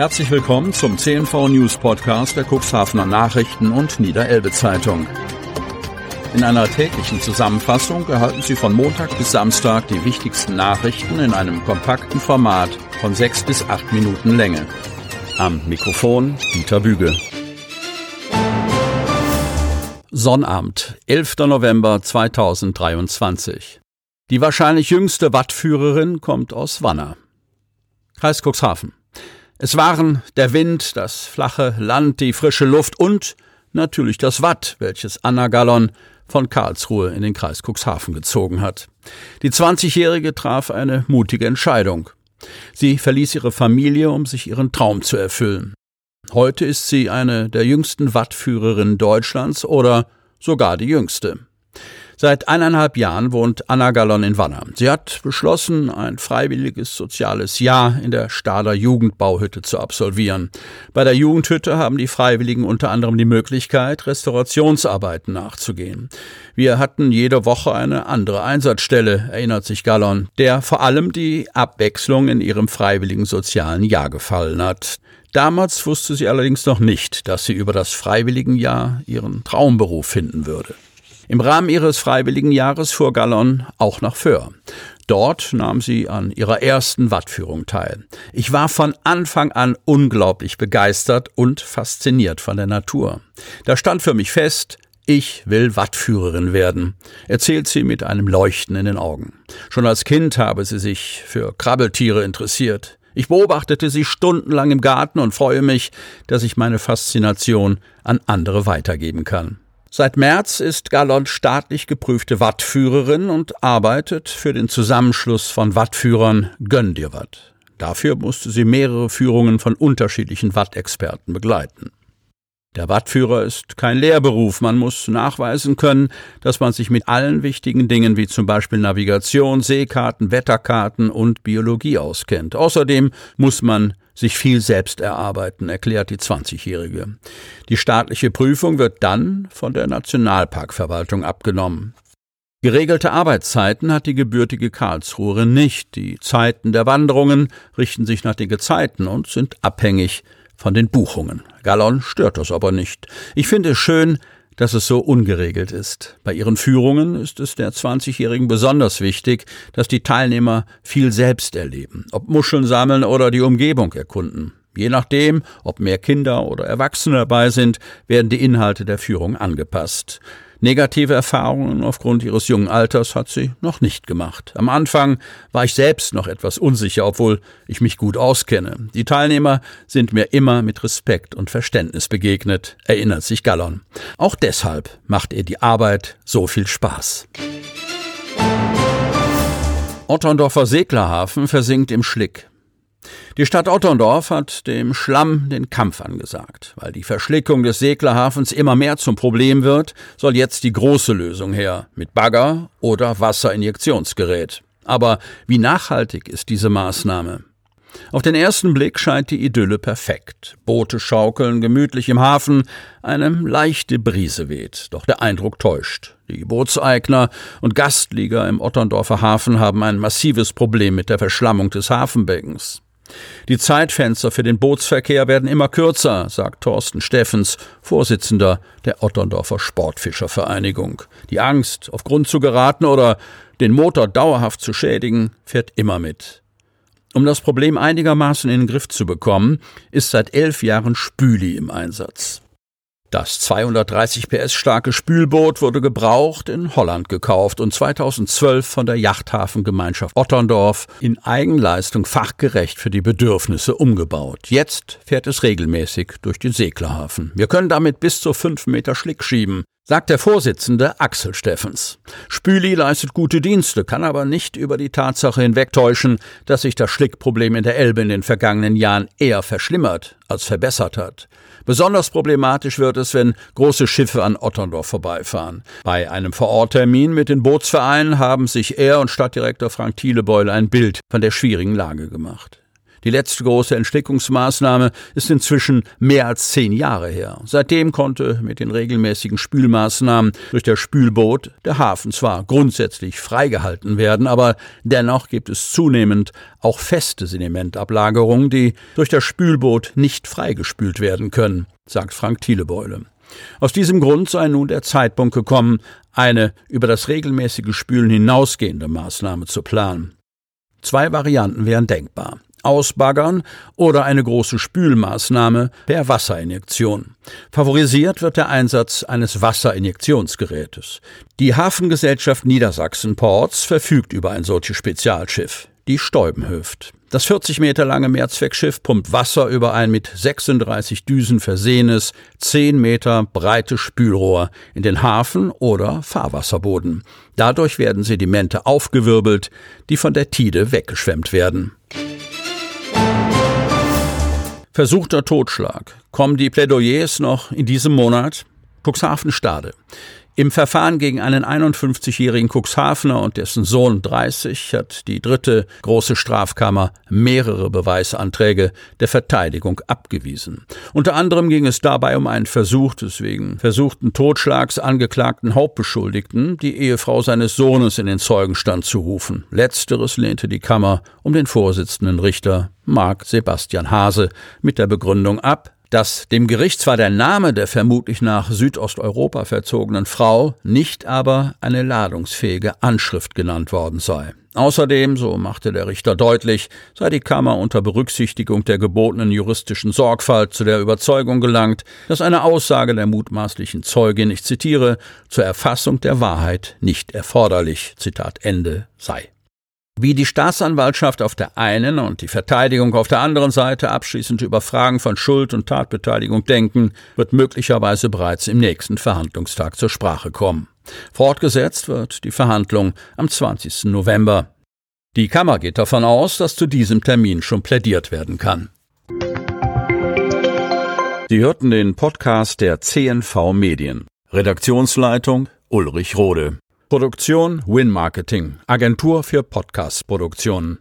Herzlich willkommen zum CNV News Podcast der Cuxhavener Nachrichten und Niederelbe Zeitung. In einer täglichen Zusammenfassung erhalten Sie von Montag bis Samstag die wichtigsten Nachrichten in einem kompakten Format von 6 bis 8 Minuten Länge. Am Mikrofon Dieter Büge. Sonnabend, 11. November 2023. Die wahrscheinlich jüngste Wattführerin kommt aus Wanner. Kreis Cuxhaven. Es waren der Wind, das flache Land, die frische Luft und natürlich das Watt, welches Anna Gallon von Karlsruhe in den Kreis Cuxhaven gezogen hat. Die 20-Jährige traf eine mutige Entscheidung. Sie verließ ihre Familie, um sich ihren Traum zu erfüllen. Heute ist sie eine der jüngsten Wattführerinnen Deutschlands oder sogar die jüngste. Seit 1,5 Jahren wohnt Anna Gallon in Wanner. Sie hat beschlossen, ein freiwilliges soziales Jahr in der Stahler Jugendbauhütte zu absolvieren. Bei der Jugendhütte haben die Freiwilligen unter anderem die Möglichkeit, Restaurationsarbeiten nachzugehen. Wir hatten jede Woche eine andere Einsatzstelle, erinnert sich Gallon, der vor allem die Abwechslung in ihrem freiwilligen sozialen Jahr gefallen hat. Damals wusste sie allerdings noch nicht, dass sie über das Freiwilligenjahr ihren Traumberuf finden würde. Im Rahmen ihres Freiwilligenjahres fuhr Gallon auch nach Föhr. Dort nahm sie an ihrer ersten Wattführung teil. Ich war von Anfang an unglaublich begeistert und fasziniert von der Natur. Da stand für mich fest, ich will Wattführerin werden, erzählt sie mit einem Leuchten in den Augen. Schon als Kind habe sie sich für Krabbeltiere interessiert. Ich beobachtete sie stundenlang im Garten und freue mich, dass ich meine Faszination an andere weitergeben kann. Seit März ist Gallon staatlich geprüfte Wattführerin und arbeitet für den Zusammenschluss von Wattführern Gönn dir Watt. Dafür musste sie mehrere Führungen von unterschiedlichen Wattexperten begleiten. Der Wattführer ist kein Lehrberuf. Man muss nachweisen können, dass man sich mit allen wichtigen Dingen wie zum Beispiel Navigation, Seekarten, Wetterkarten und Biologie auskennt. Außerdem muss man sich viel selbst erarbeiten, erklärt die 20-Jährige. Die staatliche Prüfung wird dann von der Nationalparkverwaltung abgenommen. Geregelte Arbeitszeiten hat die gebürtige Karlsruherin nicht. Die Zeiten der Wanderungen richten sich nach den Gezeiten und sind abhängig von den Buchungen. Gallon stört das aber nicht. Ich finde es schön, dass es so ungeregelt ist. Bei ihren Führungen ist es der 20-Jährigen besonders wichtig, dass die Teilnehmer viel selbst erleben, ob Muscheln sammeln oder die Umgebung erkunden. Je nachdem, ob mehr Kinder oder Erwachsene dabei sind, werden die Inhalte der Führung angepasst. Negative Erfahrungen aufgrund ihres jungen Alters hat sie noch nicht gemacht. Am Anfang war ich selbst noch etwas unsicher, obwohl ich mich gut auskenne. Die Teilnehmer sind mir immer mit Respekt und Verständnis begegnet, erinnert sich Gallon. Auch deshalb macht ihr die Arbeit so viel Spaß. Otterndorfer Seglerhafen versinkt im Schlick. Die Stadt Otterndorf hat dem Schlamm den Kampf angesagt. Weil die Verschlickung des Seglerhafens immer mehr zum Problem wird, soll jetzt die große Lösung her, mit Bagger oder Wasserinjektionsgerät. Aber wie nachhaltig ist diese Maßnahme? Auf den ersten Blick scheint die Idylle perfekt. Boote schaukeln gemütlich im Hafen, eine leichte Brise weht. Doch der Eindruck täuscht. Die Bootseigner und Gastlieger im Otterndorfer Hafen haben ein massives Problem mit der Verschlammung des Hafenbeckens. Die Zeitfenster für den Bootsverkehr werden immer kürzer, sagt Thorsten Steffens, Vorsitzender der Otterndorfer Sportfischervereinigung. Die Angst, auf Grund zu geraten oder den Motor dauerhaft zu schädigen, fährt immer mit. Um das Problem einigermaßen in den Griff zu bekommen, ist seit 11 Jahren Spüli im Einsatz. Das 230 PS starke Spülboot wurde gebraucht in Holland gekauft und 2012 von der Yachthafengemeinschaft Otterndorf in Eigenleistung fachgerecht für die Bedürfnisse umgebaut. Jetzt fährt es regelmäßig durch den Seglerhafen. Wir können damit bis zu 5 Meter Schlick schieben, sagt der Vorsitzende Axel Steffens. Spüli leistet gute Dienste, kann aber nicht über die Tatsache hinwegtäuschen, dass sich das Schlickproblem in der Elbe in den vergangenen Jahren eher verschlimmert als verbessert hat. Besonders problematisch wird es, wenn große Schiffe an Otterndorf vorbeifahren. Bei einem Vororttermin mit den Bootsvereinen haben sich er und Stadtdirektor Frank Thielebeul ein Bild von der schwierigen Lage gemacht. Die letzte große Entschlickungsmaßnahme ist inzwischen mehr als 10 Jahre her. Seitdem konnte mit den regelmäßigen Spülmaßnahmen durch das Spülboot der Hafen zwar grundsätzlich freigehalten werden, aber dennoch gibt es zunehmend auch feste Sedimentablagerungen, die durch das Spülboot nicht freigespült werden können, sagt Frank Thielebeule. Aus diesem Grund sei nun der Zeitpunkt gekommen, eine über das regelmäßige Spülen hinausgehende Maßnahme zu planen. 2 Varianten wären denkbar: Ausbaggern oder eine große Spülmaßnahme per Wasserinjektion. Favorisiert wird der Einsatz eines Wasserinjektionsgerätes. Die Hafengesellschaft Niedersachsen Ports verfügt über ein solches Spezialschiff, die Steubenhöft. Das 40 Meter lange Mehrzweckschiff pumpt Wasser über ein mit 36 Düsen versehenes, 10 Meter breites Spülrohr in den Hafen oder Fahrwasserboden. Dadurch werden Sedimente aufgewirbelt, die von der Tide weggeschwemmt werden. Versuchter Totschlag. Kommen die Plädoyers noch in diesem Monat? Cuxhaven-Stade. Im Verfahren gegen einen 51-jährigen Cuxhavener und dessen Sohn 30 hat die 3. Große Strafkammer mehrere Beweisanträge der Verteidigung abgewiesen. Unter anderem ging es dabei um einen Versuch des wegen versuchten Totschlags angeklagten Hauptbeschuldigten, die Ehefrau seines Sohnes in den Zeugenstand zu rufen. Letzteres lehnte die Kammer um den Vorsitzenden Richter Marc Sebastian Hase mit der Begründung ab, dass dem Gericht zwar der Name der vermutlich nach Südosteuropa verzogenen Frau, nicht aber eine ladungsfähige Anschrift genannt worden sei. Außerdem, so machte der Richter deutlich, sei die Kammer unter Berücksichtigung der gebotenen juristischen Sorgfalt zu der Überzeugung gelangt, dass eine Aussage der mutmaßlichen Zeugin, ich zitiere, zur Erfassung der Wahrheit nicht erforderlich, Zitat Ende, sei. Wie die Staatsanwaltschaft auf der einen und die Verteidigung auf der anderen Seite abschließend über Fragen von Schuld und Tatbeteiligung denken, wird möglicherweise bereits im nächsten Verhandlungstag zur Sprache kommen. Fortgesetzt wird die Verhandlung am 20. November. Die Kammer geht davon aus, dass zu diesem Termin schon plädiert werden kann. Sie hörten den Podcast der CNV Medien. Redaktionsleitung Ulrich Rode. Produktion Win Marketing, Agentur für Podcast-Produktionen.